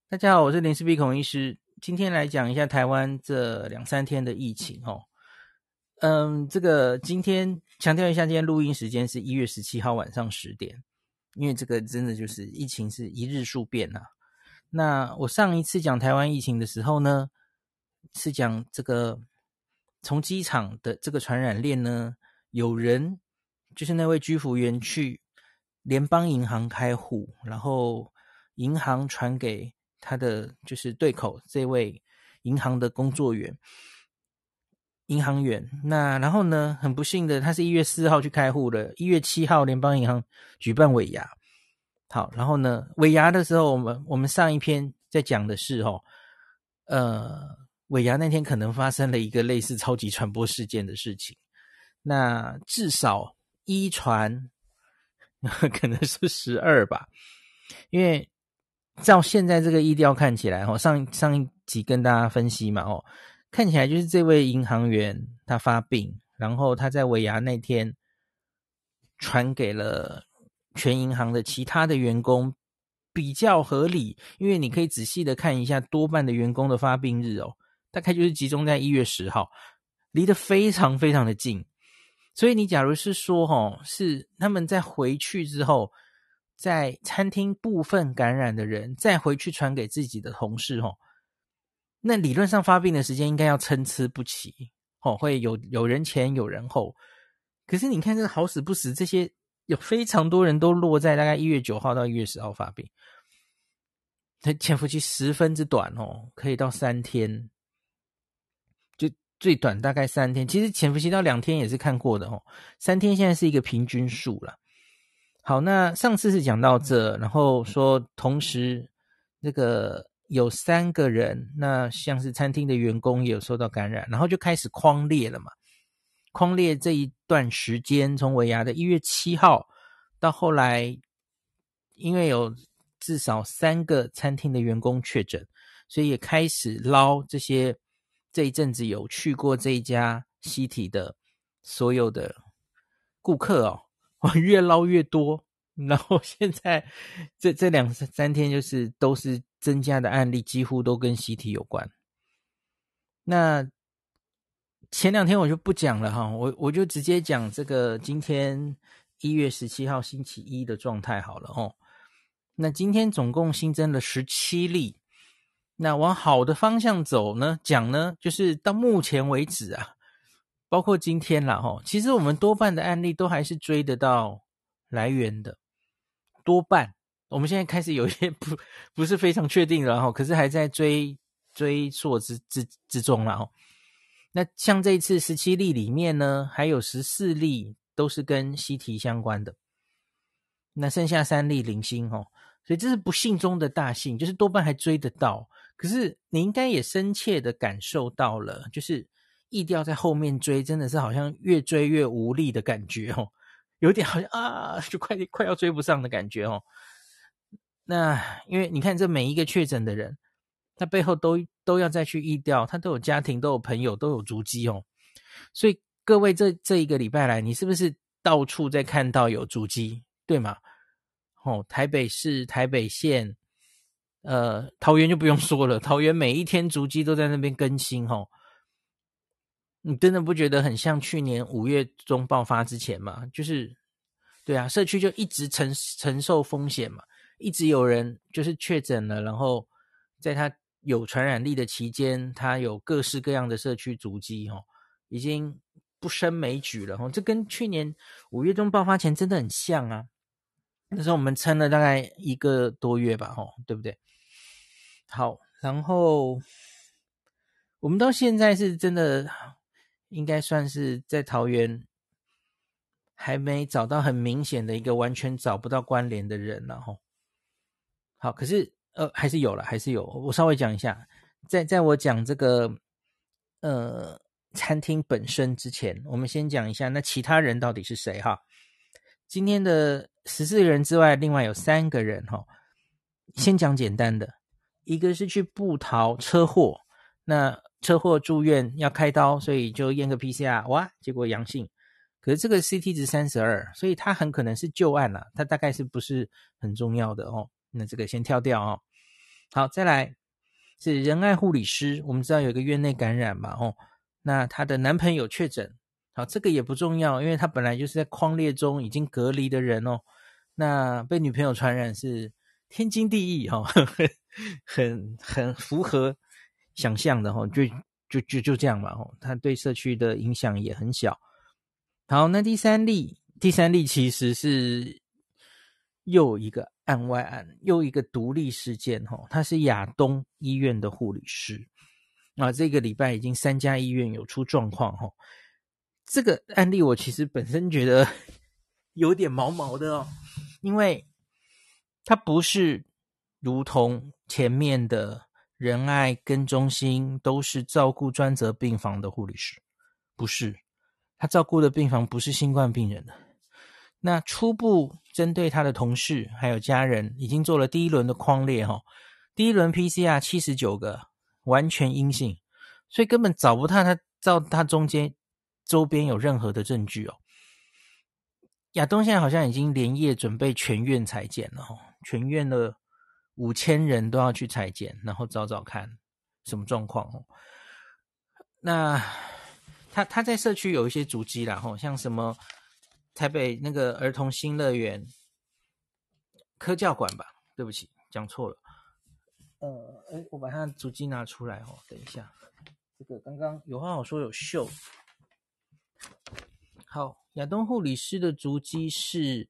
大家好，我是林氏鼻孔医师。今天来讲一下台湾这2-3天的疫情哦。这个今天强调一下，今天录音时间是1月17号晚上10点，因为这个真的就是疫情是一日数变啊。那我上一次讲台湾疫情的时候呢，是讲这个从机场的这个传染链呢，有人就是那位居服员去联邦银行开户，然后银行传给他的就是对口这位银行的工作员银行员。那然后呢，很不幸的他是1月4号去开户的，1月7号联邦银行举办尾牙。好，然后呢尾牙的时候我们上一篇在讲的是尾牙那天可能发生了一个类似超级传播事件的事情。那至少一传可能是12吧，因为照现在这个疫调看起来上一集跟大家分析嘛看起来就是这位银行员他发病，然后他在尾牙那天传给了全银行的其他的员工，比较合理，因为你可以仔细的看一下多半的员工的发病日大概就是集中在1月10号，离得非常非常的近。所以你假如是说是他们在回去之后，在餐厅部分感染的人再回去传给自己的同事那理论上发病的时间应该要参差不齐会有人前有人后。可是你看这个好死不死，这些有非常多人都落在大概1月9号到1月10号发病，潜伏期10分之短可以到3天，就最短大概3天，其实潜伏期到2天也是看过的3天现在是一个平均数啦。好，那上次是讲到这，然后说同时这个有3个人，那像是餐厅的员工也有受到感染，然后就开始匡列了嘛。匡列这一段时间，从尾牙的1月7号到后来，因为有至少3个餐厅的员工确诊，所以也开始捞这一阵子有去过这一家西体的所有的顾客越捞越多。然后现在这2-3天就是都是增加的案例，几乎都跟西体有关。那前2天我就不讲了我就直接讲这个今天1月17号星期一的状态好了那今天总共新增了17例，那往好的方向走呢，讲呢就是到目前为止包括今天啦其实我们多半的案例都还是追得到来源的，多半我们现在开始有一些不是非常确定了可是还在追溯之中啦那像这一次17例里面呢，还有14例都是跟西提相关的，那剩下3例零星所以这是不幸中的大幸，就是多半还追得到。可是你应该也深切的感受到了，就是疫调在后面追，真的是好像越追越无力的感觉有点好像就快要追不上的感觉那因为你看这每一个确诊的人，他背后都要再去疫调，他都有家庭，都有朋友，都有足迹所以各位这一个礼拜来，你是不是到处在看到有足迹，对吗？台北市、台北县，桃园就不用说了，桃园每一天足迹都在那边更新你真的不觉得很像去年5月中爆发之前吗？就是对啊，社区就一直承受风险嘛，一直有人就是确诊了，然后在他有传染力的期间，他有各式各样的社区足迹已经不胜枚举了这跟去年5月中爆发前真的很像啊。那时候我们撑了大概1个多月吧对不对？好，然后我们到现在是真的应该算是在桃园还没找到很明显的一个完全找不到关联的人了好，可是还是有，我稍微讲一下，在我讲这个餐厅本身之前，我们先讲一下那其他人到底是谁今天的14人之外，另外有3个人先讲简单的，一个是去布桃车祸，那车祸住院要开刀，所以就验个 PCR， 哇，结果阳性。可是这个 CT 值32，所以他很可能是旧案啦，他大概是不是很重要的那这个先跳掉好，再来是仁爱护理师，我们知道有一个院内感染嘛，那她的男朋友确诊，好，这个也不重要，因为他本来就是在匡列中已经隔离的人那被女朋友传染是天经地义很符合想象的就这样嘛他对社区的影响也很小。好，那第三例其实是又一个案外案，又一个独立事件他是亚东医院的护理师这个礼拜已经3家医院有出状况这个案例我其实本身觉得有点毛毛的因为它不是如同前面的仁爱跟中心都是照顾专责病房的护理师，不是，他照顾的病房不是新冠病人的。那初步针对他的同事还有家人已经做了第一轮的匡列第一轮 PCR 79个完全阴性，所以根本找不到他中间周边有任何的证据亚东现在好像已经连夜准备全院采检了全院的5000人都要去采检，然后找找看什么状况那他在社区有一些足迹啦像什么台北那个儿童新乐园科教馆吧，对不起讲错了我把他的足迹拿出来等一下，这个刚刚有话好说有秀。好，亚东护理师的足迹是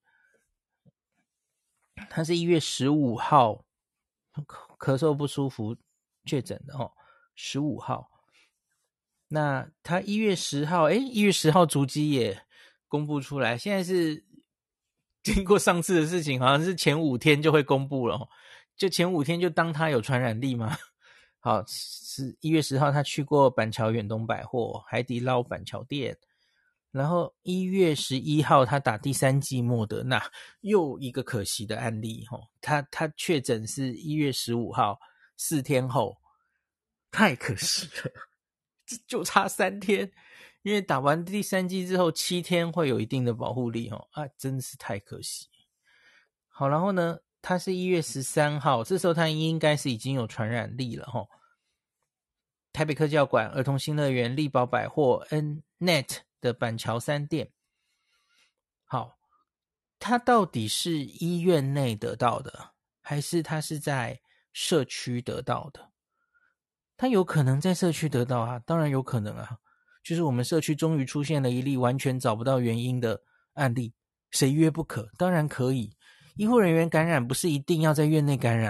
他是1月15号咳嗽不舒服确诊的15号。那他1月10号1月10号足迹也公布出来，现在是经过上次的事情好像是前5天就会公布了就前5天就当他有传染力吗？好，是1月10号他去过板桥远东百货、海底捞板桥店，然后1月11号他打第3剂莫德纳，又一个可惜的案例他确诊是1月15号4天后，太可惜了，就差3天，因为打完第3剂之后7天会有一定的保护力真是太可惜。好，然后呢他是1月13号，这时候他应该是已经有传染力了台北科教馆、儿童新乐园、力宝百货、Net 的板桥3店。好，他到底是医院内得到的，还是他是在社区得到的？他有可能在社区得到当然有可能就是我们社区终于出现了一例完全找不到原因的案例，谁约不可？当然可以。医护人员感染不是一定要在院内感染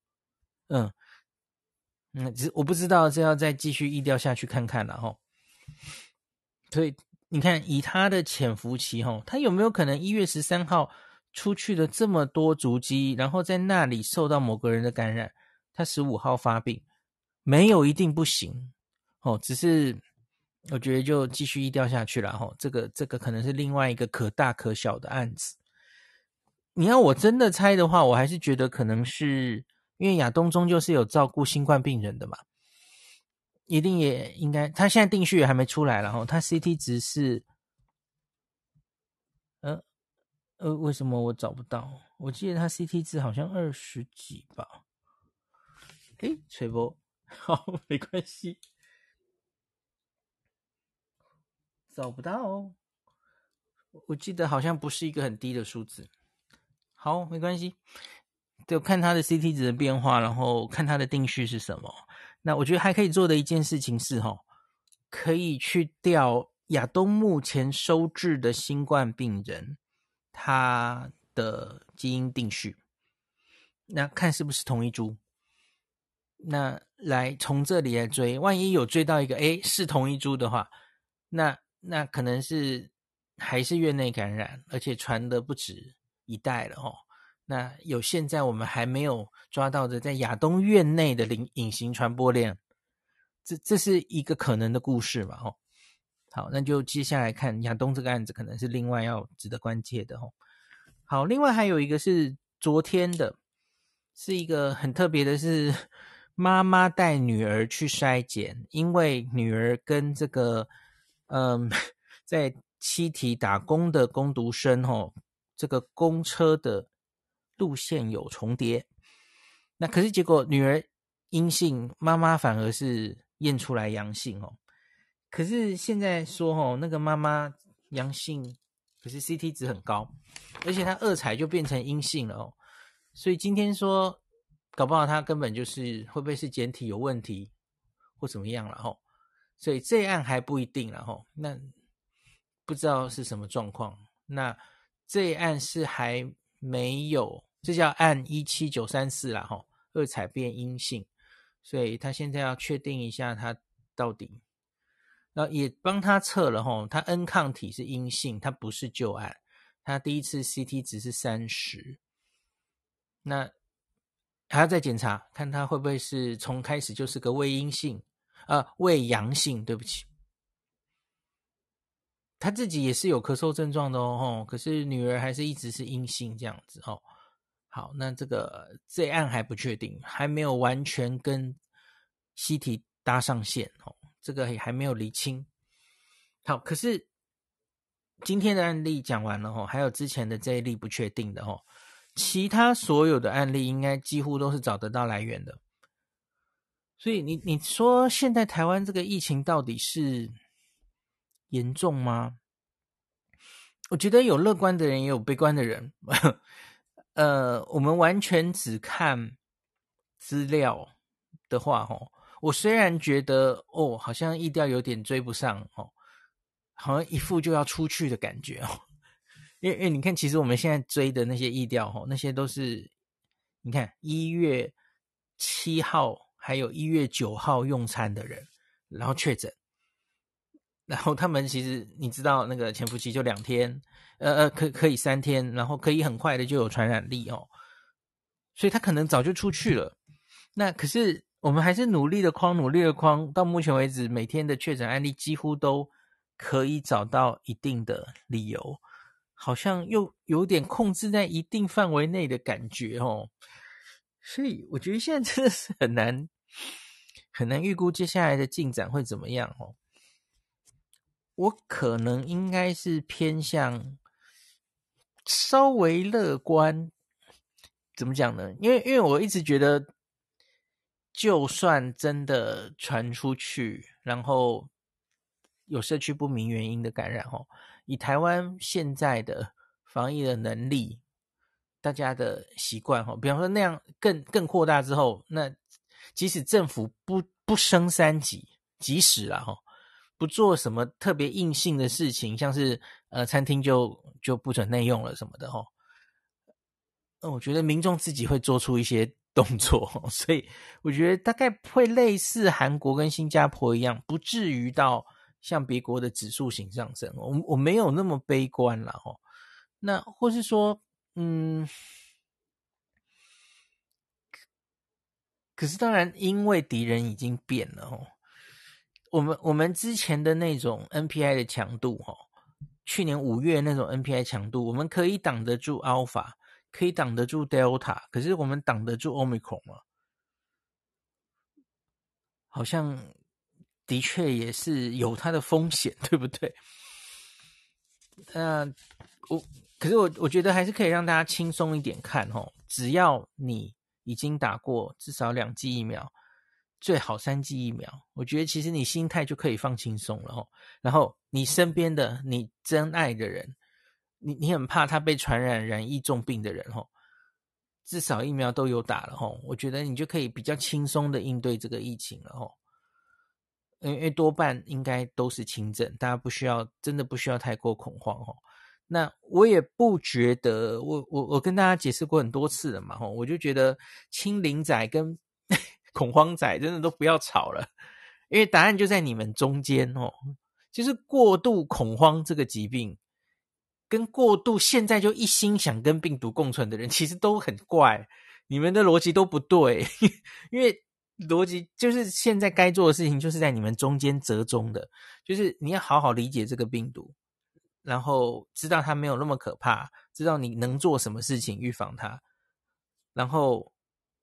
我不知道，这要再继续疫调下去看看了所以你看，以他的潜伏期他有没有可能1月13号出去了这么多足迹，然后在那里受到某个人的感染，他15号发病，没有一定不行只是我觉得就继续疫调下去了这个可能是另外一个可大可小的案子。你要我真的猜的话，我还是觉得可能是因为亚东终究是有照顾新冠病人的嘛，一定也应该，他现在定序也还没出来了他 CT 值是为什么我找不到？我记得他 CT 值好像20几吧。吹波，好，没关系，找不到我记得好像不是一个很低的数字。好，没关系，就看他的 CT 值的变化，然后看他的定序是什么。那我觉得还可以做的一件事情是可以去调亚东目前收治的新冠病人他的基因定序，那看是不是同一株，那来从这里来追，万一有追到一个是同一株的话，那可能是还是院内感染，而且传的不止一代了那有现在我们还没有抓到的在亚东院内的隐形传播链，这是一个可能的故事嘛好，那就接下来看亚东这个案子可能是另外要值得关切的好，另外还有一个是昨天的，是一个很特别的是妈妈带女儿去筛检，因为女儿跟这个在七体打工的工读生这个公车的路线有重叠， 那可是结果女儿阴性，妈妈反而是验出来阳性哦。可是现在说哦，那个妈妈阳性，可是 CT 值很高，而且她二采就变成阴性了哦。所以今天说，搞不好她根本就是会不会是检体有问题，或怎么样了吼。所以这案还不一定了吼。那不知道是什么状况。那这案是还没有，这叫案17934啦吼，二采变阴性，所以他现在要确定一下他到底。然后也帮他测了吼，他 N 抗体是阴性，他不是旧案，他第一次 CT 值是30，那还要再检查，看他会不会是从开始就是个胃阴性，胃阳性，对不起，他自己也是有咳嗽症状的哦，可是女儿还是一直是阴性这样子哦。好，那这案还不确定，还没有完全跟西体搭上线哦，这个也还没有厘清。好，可是今天的案例讲完了哦，还有之前的这一例不确定的哦，其他所有的案例应该几乎都是找得到来源的。所以你说现在台湾这个疫情到底是严重吗？我觉得有乐观的人也有悲观的人。我们完全只看资料的话我虽然觉得好像疫调有点追不上好像一副就要出去的感觉因为你看其实我们现在追的那些疫调那些都是你看1月7号还有1月9号用餐的人，然后确诊，然后他们其实你知道那个潜伏期就2天，可以3天，然后可以很快的就有传染力所以他可能早就出去了。那可是我们还是努力的框，到目前为止每天的确诊案例几乎都可以找到一定的理由，好像又有点控制在一定范围内的感觉所以我觉得现在真的是很难预估接下来的进展会怎么样我可能应该是偏向稍微乐观，怎么讲呢？因为我一直觉得，就算真的传出去，然后有社区不明原因的感染以台湾现在的防疫的能力，大家的习惯比方说那样更扩大之后，那即使政府不升3级，即使啦不做什么特别硬性的事情，像是餐厅就不准内用了什么的我觉得民众自己会做出一些动作所以我觉得大概会类似韩国跟新加坡一样，不至于到像别国的指数型上升。我没有那么悲观啦那或是说可是当然因为敌人已经变了我们之前的那种 NPI 的强度去年5月那种 NPI 强度，我们可以挡得住 Alpha， 可以挡得住 Delta， 可是我们挡得住 Omicron 吗？好像的确也是有它的风险，对不对？我可是我觉得还是可以让大家轻松一点看只要你已经打过至少2剂疫苗，最好3剂疫苗，我觉得其实你心态就可以放轻松了然后你身边的你真爱的人，你很怕他被传染染疫重病的人至少疫苗都有打了我觉得你就可以比较轻松的应对这个疫情了因为多半应该都是轻症，大家真的不需要太过恐慌那我也不觉得，我跟大家解释过很多次了嘛我就觉得清零仔跟恐慌仔真的都不要吵了，因为答案就在你们中间就是过度恐慌这个疾病，跟过度现在就一心想跟病毒共存的人，其实都很怪，你们的逻辑都不对，因为逻辑就是现在该做的事情就是在你们中间折中的，就是你要好好理解这个病毒，然后知道它没有那么可怕，知道你能做什么事情预防它，然后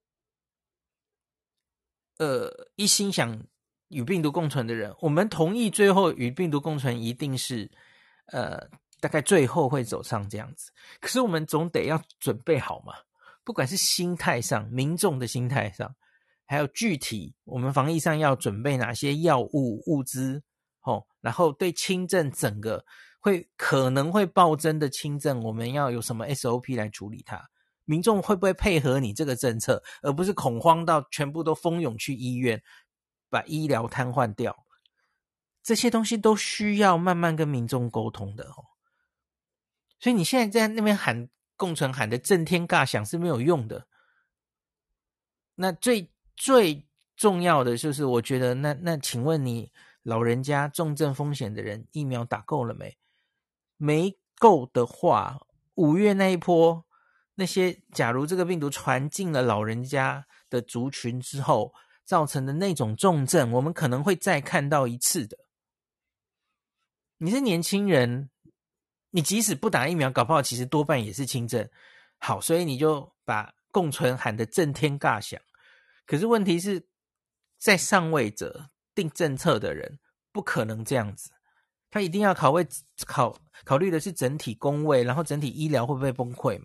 一心想与病毒共存的人，我们同意最后与病毒共存一定是大概最后会走上这样子，可是我们总得要准备好嘛， 不管是心态上，民众的心态上，还有具体我们防疫上要准备哪些药物物资然后对轻症整个可能会暴增的轻症，我们要有什么 SOP 来处理它？民众会不会配合你这个政策，而不是恐慌到全部都蜂拥去医院，把医疗瘫痪掉？这些东西都需要慢慢跟民众沟通的所以你现在在那边喊共存，喊的震天尬响是没有用的。那最重要的就是，我觉得那请问你老人家重症风险的人疫苗打够了没？没够的话，5月那一波那些假如这个病毒传进了老人家的族群之后造成的那种重症，我们可能会再看到一次的。你是年轻人，你即使不打疫苗，搞不好其实多半也是轻症。好，所以你就把共存喊得震天尬响。可是问题是，在上位者定政策的人不可能这样子，他一定要考虑的是整体公卫，然后整体医疗会不会崩溃嘛？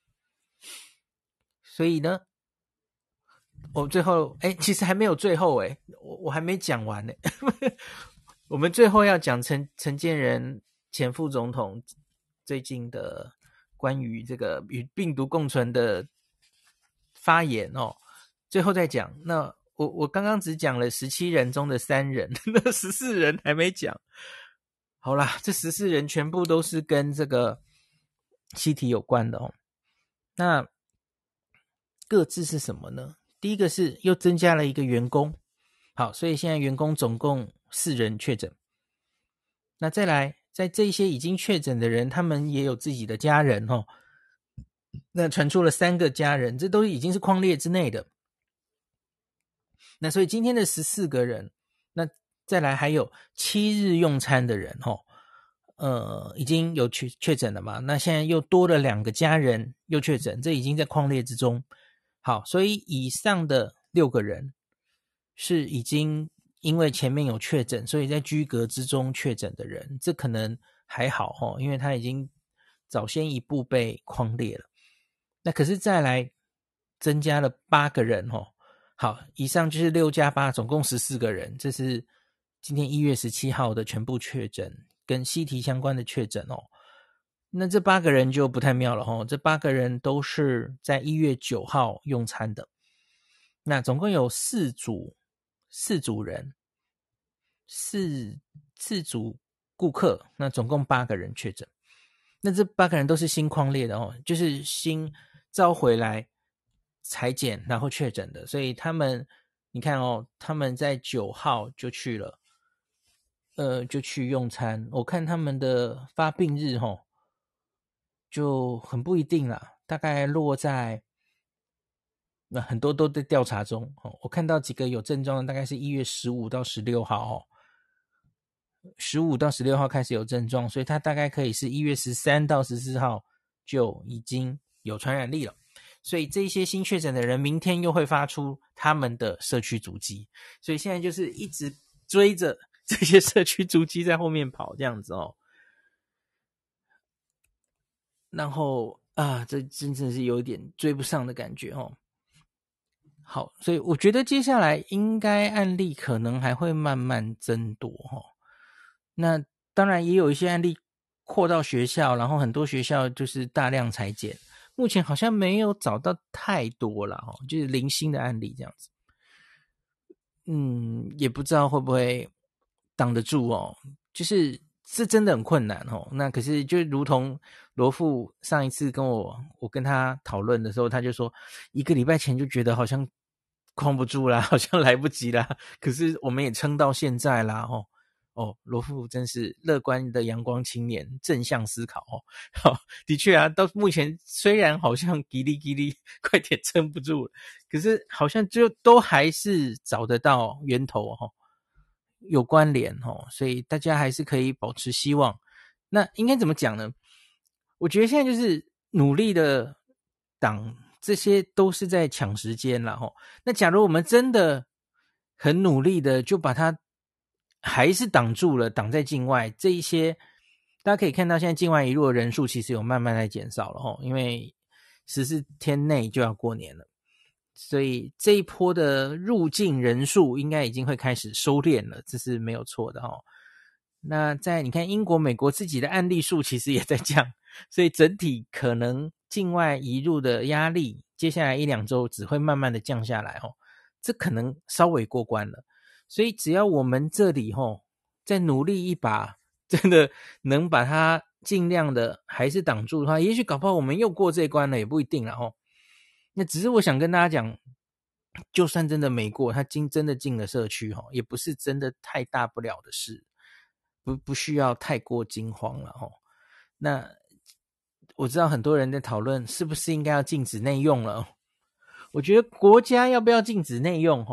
所以呢，我最后其实还没有最后我还没讲完我们最后要讲陈建仁前副总统最近的关于这个与病毒共存的发言最后再讲。那我刚刚只讲了17人中的3人，那14人还没讲。好啦，这14人全部都是跟这个西体有关的那各自是什么呢？第一个是又增加了一个员工，好，所以现在员工总共4人确诊。那再来，在这些已经确诊的人，他们也有自己的家人那传出了3个家人，这都已经是匡列之内的。那所以今天的14个人，那再来还有7日用餐的人已经有确诊了嘛？那现在又多了2个家人又确诊，这已经在匡列之中。好，所以以上的6个人是已经因为前面有确诊，所以在居隔之中确诊的人，这可能还好因为他已经早先一步被匡列了。那可是再来增加了8个人好，以上就是6加8，总共14个人，这是今天1月17号的全部确诊，跟西提相关的确诊那这8个人就不太妙了这8个人都是在1月9号用餐的。那总共有4组人，4组顾客，那总共8个人确诊。那这8个人都是新匡列的就是新召回来采检然后确诊的，所以他们你看他们在9号就去了就去用餐。我看他们的发病日就很不一定啦，大概落在很多都在调查中我看到几个有症状的大概是1月15到16号15到16号开始有症状，所以他大概可以是1月13到14号就已经有传染力了。所以这些新确诊的人明天又会发出他们的社区足迹，所以现在就是一直追着这些社区足迹在后面跑这样子然后这真的是有点追不上的感觉好，所以我觉得接下来应该案例可能还会慢慢增多那当然也有一些案例扩到学校，然后很多学校就是大量采检，目前好像没有找到太多啦就是零星的案例这样子。也不知道会不会挡得住就是是真的很困难那可是就如同罗富上一次我跟他讨论的时候，他就说1个礼拜前就觉得好像控不住啦，好像来不及啦，可是我们也撑到现在啦罗富真是乐观的阳光青年，正向思考的确啊，到目前虽然好像叽哩叽哩快点撑不住了，可是好像就都还是找得到源头有关联所以大家还是可以保持希望。那应该怎么讲呢？我觉得现在就是努力的挡，这些都是在抢时间啦那假如我们真的很努力的就把它还是挡住了，挡在境外，这一些大家可以看到现在境外移入的人数其实有慢慢在减少了因为 14天内就要过年了，所以这一波的入境人数应该已经会开始收敛了，这是没有错的齁。那在你看英国美国自己的案例数其实也在降，所以整体可能境外移入的压力接下来1-2周只会慢慢的降下来齁，这可能稍微过关了。所以只要我们这里再努力一把，真的能把它尽量的还是挡住的话，也许搞不好我们又过这一关了，也不一定啦那只是我想跟大家讲，就算真的没过，它真的进了社区也不是真的太大不了的事，不需要太过惊慌了那我知道很多人在讨论是不是应该要禁止内用了，我觉得国家要不要禁止内用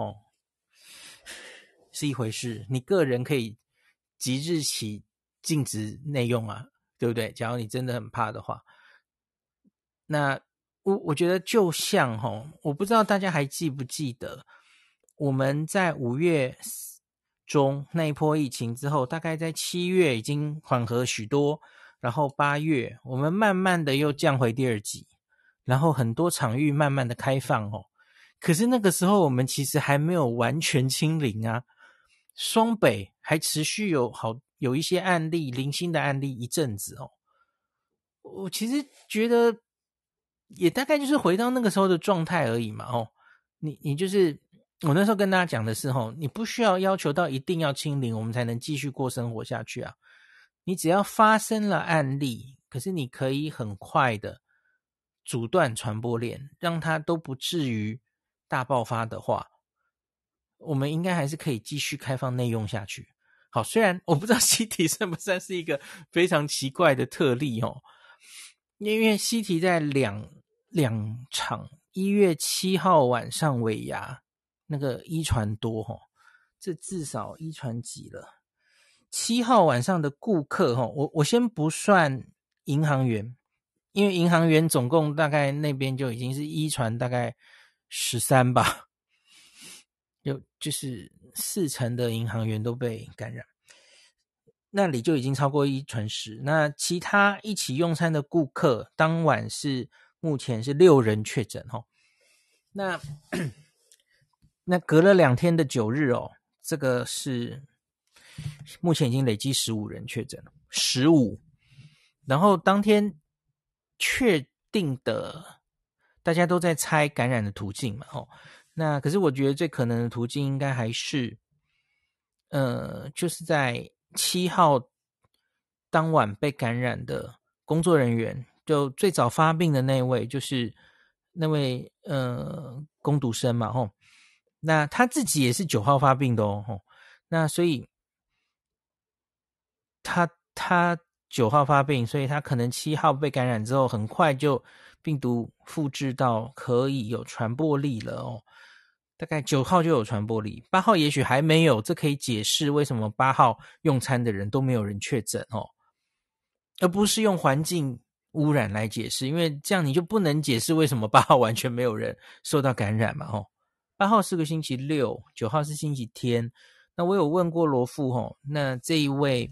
是一回事，你个人可以即日起禁止内用啊，对不对？假如你真的很怕的话，那我觉得就像我不知道大家还记不记得，我们在5月中那一波疫情之后，大概在7月已经缓和许多，然后8月我们慢慢的又降回第2级，然后很多场域慢慢的开放可是那个时候我们其实还没有完全清零啊，双北还持续有一些案例，零星的案例一阵子我其实觉得也大概就是回到那个时候的状态而已嘛你就是我那时候跟大家讲的是你不需要要求到一定要清零我们才能继续过生活下去啊，你只要发生了案例，可是你可以很快的阻断传播链，让它都不至于大爆发的话，我们应该还是可以继续开放内用下去。好，虽然我不知道西提算不算是一个非常奇怪的特例因为西提在两场1月7号晚上尾牙那个一传多这至少一传几了。7号晚上的顾客我先不算银行员，因为银行员总共大概那边就已经是一传大概13吧，就是40%的银行员都被感染，那里就已经超过一传10。那其他一起用餐的顾客当晚目前是6人确诊那隔了2天的9日这个是目前已经累积15人确诊了，15。然后当天确定的大家都在猜感染的途径嘛那可是我觉得最可能的途径应该还是就是在7号当晚被感染的工作人员，就最早发病的那位就是那位工读生嘛那他自己也是9号发病的那所以他9号发病，所以他可能7号被感染之后很快就病毒复制到可以有传播力了大概9号就有传播力，8号也许还没有，这可以解释为什么8号用餐的人都没有人确诊而不是用环境污染来解释，因为这样你就不能解释为什么8号完全没有人受到感染嘛8号是个星期六，9号是星期天。那我有问过罗富那这一位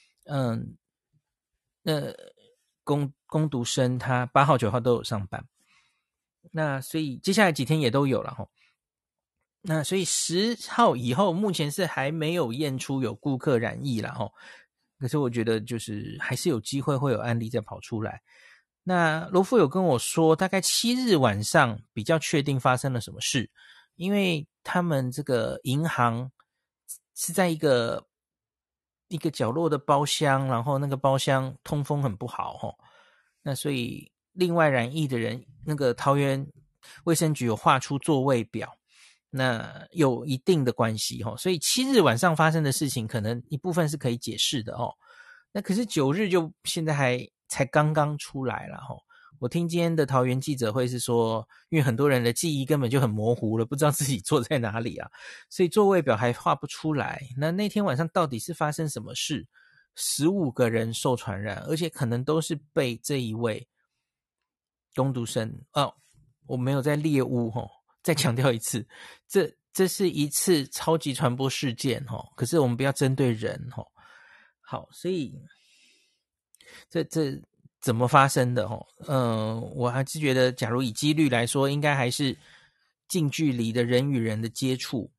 工读生他8号9号都有上班，那所以接下来几天也都有了那所以10号以后目前是还没有验出有顾客染疫啦可是我觉得就是还是有机会会有案例再跑出来。那罗富有跟我说大概7日晚上比较确定发生了什么事，因为他们这个银行是在一个角落的包厢，然后那个包厢通风很不好那所以另外染疫的人，那个桃园卫生局有画出座位表，那有一定的关系所以7日晚上发生的事情可能一部分是可以解释的那可是9日就现在才刚刚出来了我听今天的桃园记者会是说，因为很多人的记忆根本就很模糊了，不知道自己坐在哪里啊，所以座位表还画不出来。那天晚上到底是发生什么事？15个人受传染，而且可能都是被这一位工读生我没有在猎巫再强调一次，这是一次超级传播事件可是我们不要针对人好，所以这怎么发生的我还是觉得假如以几率来说，应该还是近距离的人与人的接触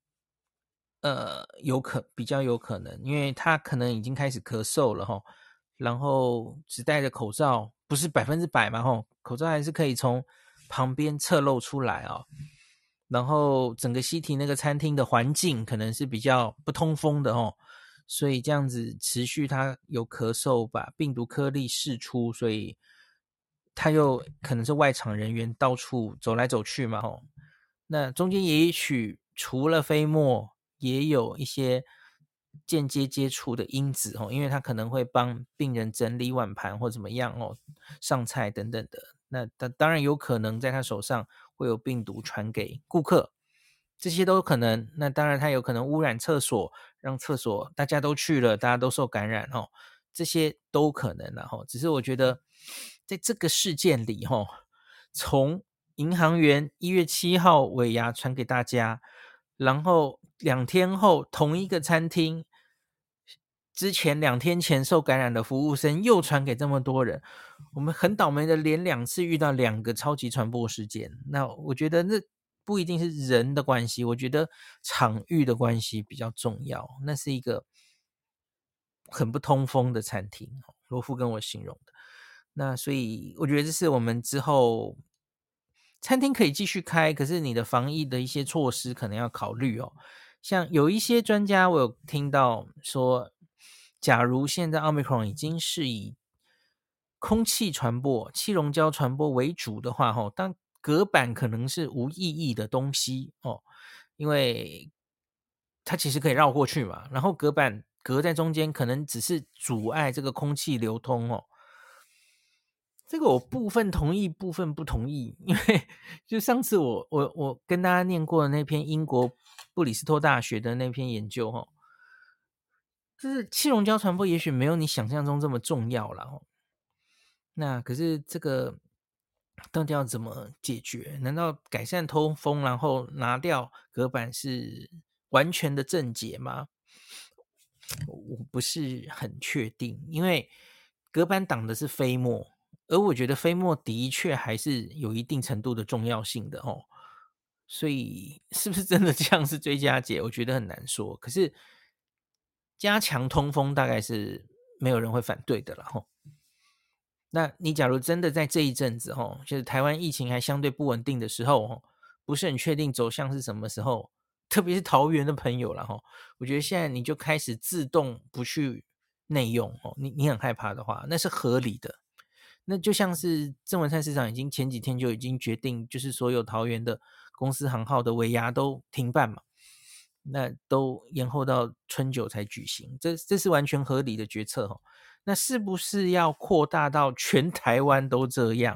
比较有可能，因为他可能已经开始咳嗽了然后只戴着口罩，不是100%嘛口罩还是可以从旁边侧露出来然后整个西提那个餐厅的环境可能是比较不通风的所以这样子持续他有咳嗽，把病毒颗粒释出，所以他又可能是外场人员到处走来走去嘛那中间也许除了飞沫，也有一些间接接触的因子因为他可能会帮病人整理碗盘或怎么样上菜等等的。那当然有可能在他手上会有病毒传给顾客，这些都有可能。那当然他有可能污染厕所，让厕所大家都去了，大家都受感染这些都可能只是我觉得在这个事件里从银行员1月7号尾牙传给大家，然后2天后同一个餐厅之前2天前受感染的服务生又传给这么多人，我们很倒霉的连2次遇到2个超级传播事件。那我觉得那不一定是人的关系，我觉得场域的关系比较重要。那是一个很不通风的餐厅，罗夫跟我形容的。那所以我觉得这是我们之后餐厅可以继续开，可是你的防疫的一些措施可能要考虑像有一些专家我有听到说，假如现在 Omicron 已经是以空气传播、气溶胶传播为主的话当隔板可能是无意义的东西因为它其实可以绕过去嘛，然后隔板隔在中间可能只是阻碍这个空气流通这个我部分同意，部分不同意，因为就上次我跟大家念过的那篇英国布里斯托大学的那篇研究就是气溶胶传播也许没有你想象中这么重要啦那可是这个到底要怎么解决？难道改善通风，然后拿掉隔板是完全的正解吗？我不是很确定，因为隔板挡的是飞沫，而我觉得飞沫的确还是有一定程度的重要性的所以是不是真的这样是最佳解？我觉得很难说。可是加强通风大概是没有人会反对的啦那你假如真的在这一阵子就是台湾疫情还相对不稳定的时候不是很确定走向是什么时候，特别是桃园的朋友啦我觉得现在你就开始自动不去内用你很害怕的话，那是合理的。那就像是郑文灿市长已经前几天就已经决定，就是所有桃园的公司行号的尾牙都停办嘛，那都延后到春酒才举行，这是完全合理的决策那是不是要扩大到全台湾都这样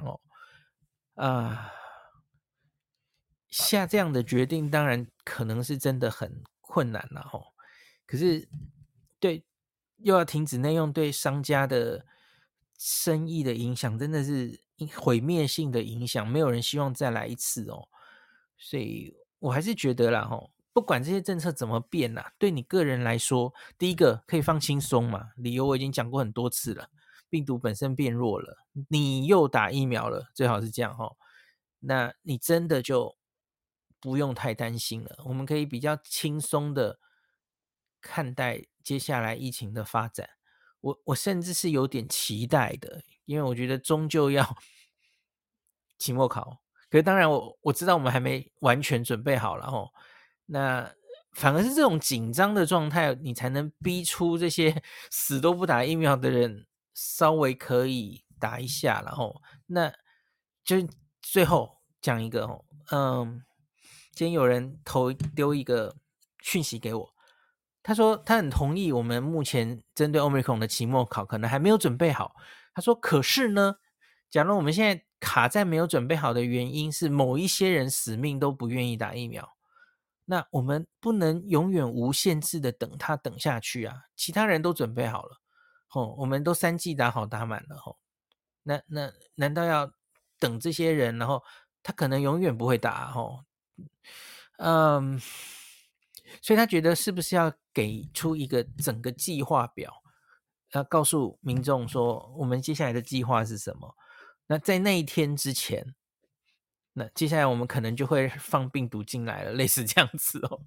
下这样的决定当然可能是真的很困难了可是对又要停止内用，对商家的生意的影响真的是毁灭性的影响，没有人希望再来一次所以我还是觉得啦不管这些政策怎么变对你个人来说，第一个可以放轻松嘛，理由我已经讲过很多次了，病毒本身变弱了，你又打疫苗了，最好是这样那你真的就不用太担心了，我们可以比较轻松的看待接下来疫情的发展。我甚至是有点期待的，因为我觉得终究要期末考，可是当然我知道我们还没完全准备好了那反而是这种紧张的状态，你才能逼出这些死都不打疫苗的人稍微可以打一下，然后那就最后讲一个今天有人丢一个讯息给我，他说他很同意我们目前针对 Omicron 的期末考可能还没有准备好，他说可是呢，假如我们现在卡在没有准备好的原因是某一些人死命都不愿意打疫苗，那我们不能永远无限制的等下去啊，其他人都准备好了我们都3剂打好打满了那难道要等这些人，然后他可能永远不会打所以他觉得是不是要给出一个整个计划表告诉民众说我们接下来的计划是什么。那在那一天之前，那接下来我们可能就会放病毒进来了，类似这样子哦。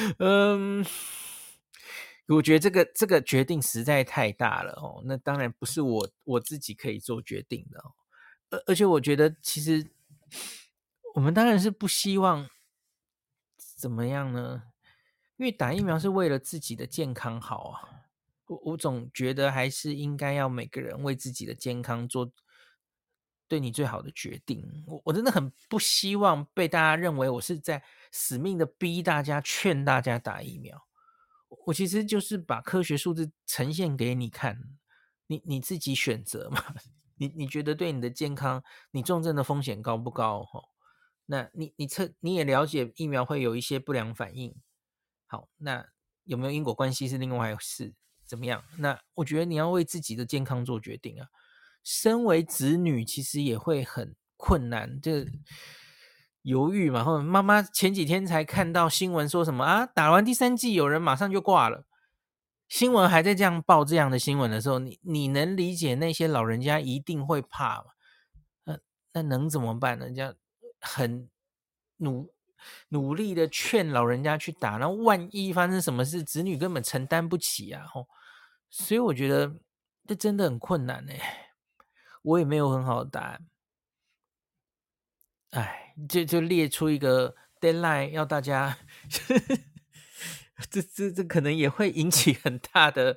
我觉得这个决定实在太大了哦，那当然不是我自己可以做决定的哦。而且我觉得其实我们当然是不希望怎么样呢？因为打疫苗是为了自己的健康好啊。我总觉得还是应该要每个人为自己的健康做对你最好的决定。我真的很不希望被大家认为我是在死命的逼大家、劝大家打疫苗。我其实就是把科学数字呈现给你看，你自己选择嘛。你觉得对你的健康，你重症的风险高不高？那你也了解疫苗会有一些不良反应。好，那有没有因果关系是另外一回事，怎么样？那我觉得你要为自己的健康做决定啊。身为子女，其实也会很困难，就犹豫嘛。然后妈妈前几天才看到新闻说什么啊，打完第3剂有人马上就挂了。新闻还在这样报这样的新闻的时候，你能理解那些老人家一定会怕吗？那能怎么办呢？人家很努力的劝老人家去打，然后万一发生什么事，子女根本承担不起啊。所以我觉得这真的很困难我也没有很好的答案。就列出一个 deadline 要大家这可能也会引起很大的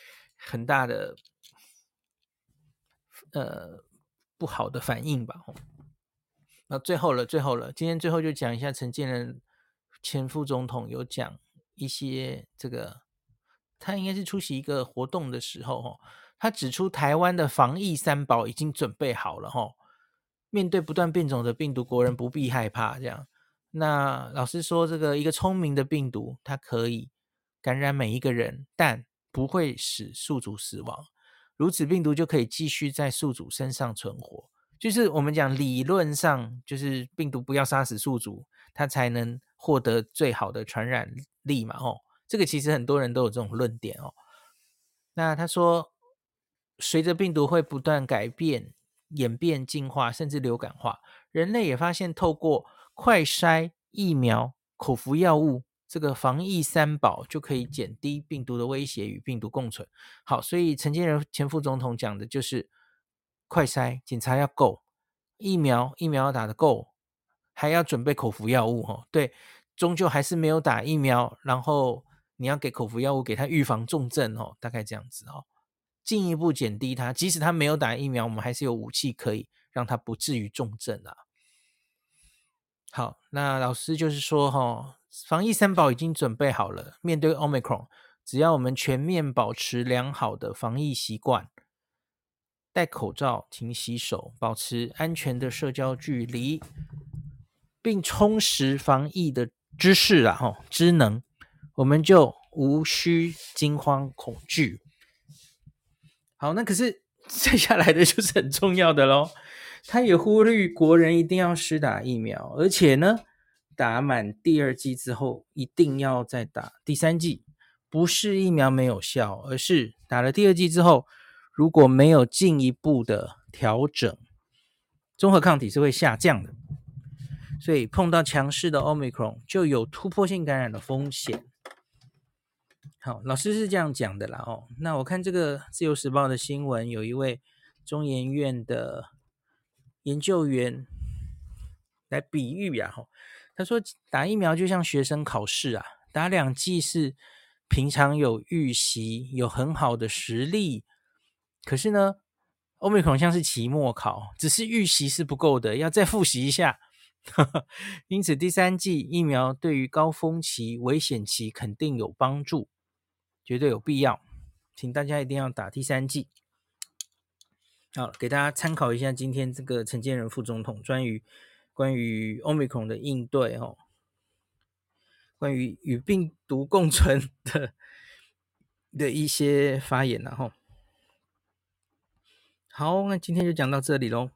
不好的反应吧。那最后了，今天最后就讲一下陈建仁前副总统有讲一些这个，他应该是出席一个活动的时候他指出台湾的防疫三宝已经准备好了面对不断变种的病毒，国人不必害怕这样。那老师说，这个一个聪明的病毒，它可以感染每一个人，但不会使宿主死亡，如此病毒就可以继续在宿主身上存活。就是我们讲理论上，就是病毒不要杀死宿主，它才能获得最好的传染力嘛这个其实很多人都有这种论点那他说，随着病毒会不断改变、演变、进化，甚至流感化，人类也发现透过快筛、疫苗、口服药物这个防疫三宝就可以减低病毒的威胁与病毒共存。好，所以陈建仁前副总统讲的就是快筛检查要够，疫苗要打得够，还要准备口服药物对，终究还是没有打疫苗，然后你要给口服药物给他预防重症大概这样子进一步减低它，即使他没有打疫苗，我们还是有武器可以让他不至于重症啊。好，那老师就是说防疫三宝已经准备好了，面对 Omicron， 只要我们全面保持良好的防疫习惯，戴口罩、勤洗手，保持安全的社交距离，并充实防疫的知识知能，我们就无需惊慌恐惧。好，那可是接下来的就是很重要的咯，他也呼吁国人一定要施打疫苗，而且呢，打满第2剂之后一定要再打第3剂，不是疫苗没有效，而是打了第2剂之后，如果没有进一步的调整，综合抗体是会下降的，所以碰到强势的 Omicron 就有突破性感染的风险。好，老师是这样讲的啦那我看这个自由时报的新闻，有一位中研院的研究员来比喻他说打疫苗就像学生考试啊，打2剂是平常有预习，有很好的实力，可是呢 Omicron 像是期末考，只是预习是不够的，要再复习一下因此第3剂疫苗对于高峰期、危险期肯定有帮助，绝对有必要，请大家一定要打第3剂。好，给大家参考一下今天这个陈建仁副总统关于 Omicron 的应对关于与病毒共存的一些发言好，那今天就讲到这里咯。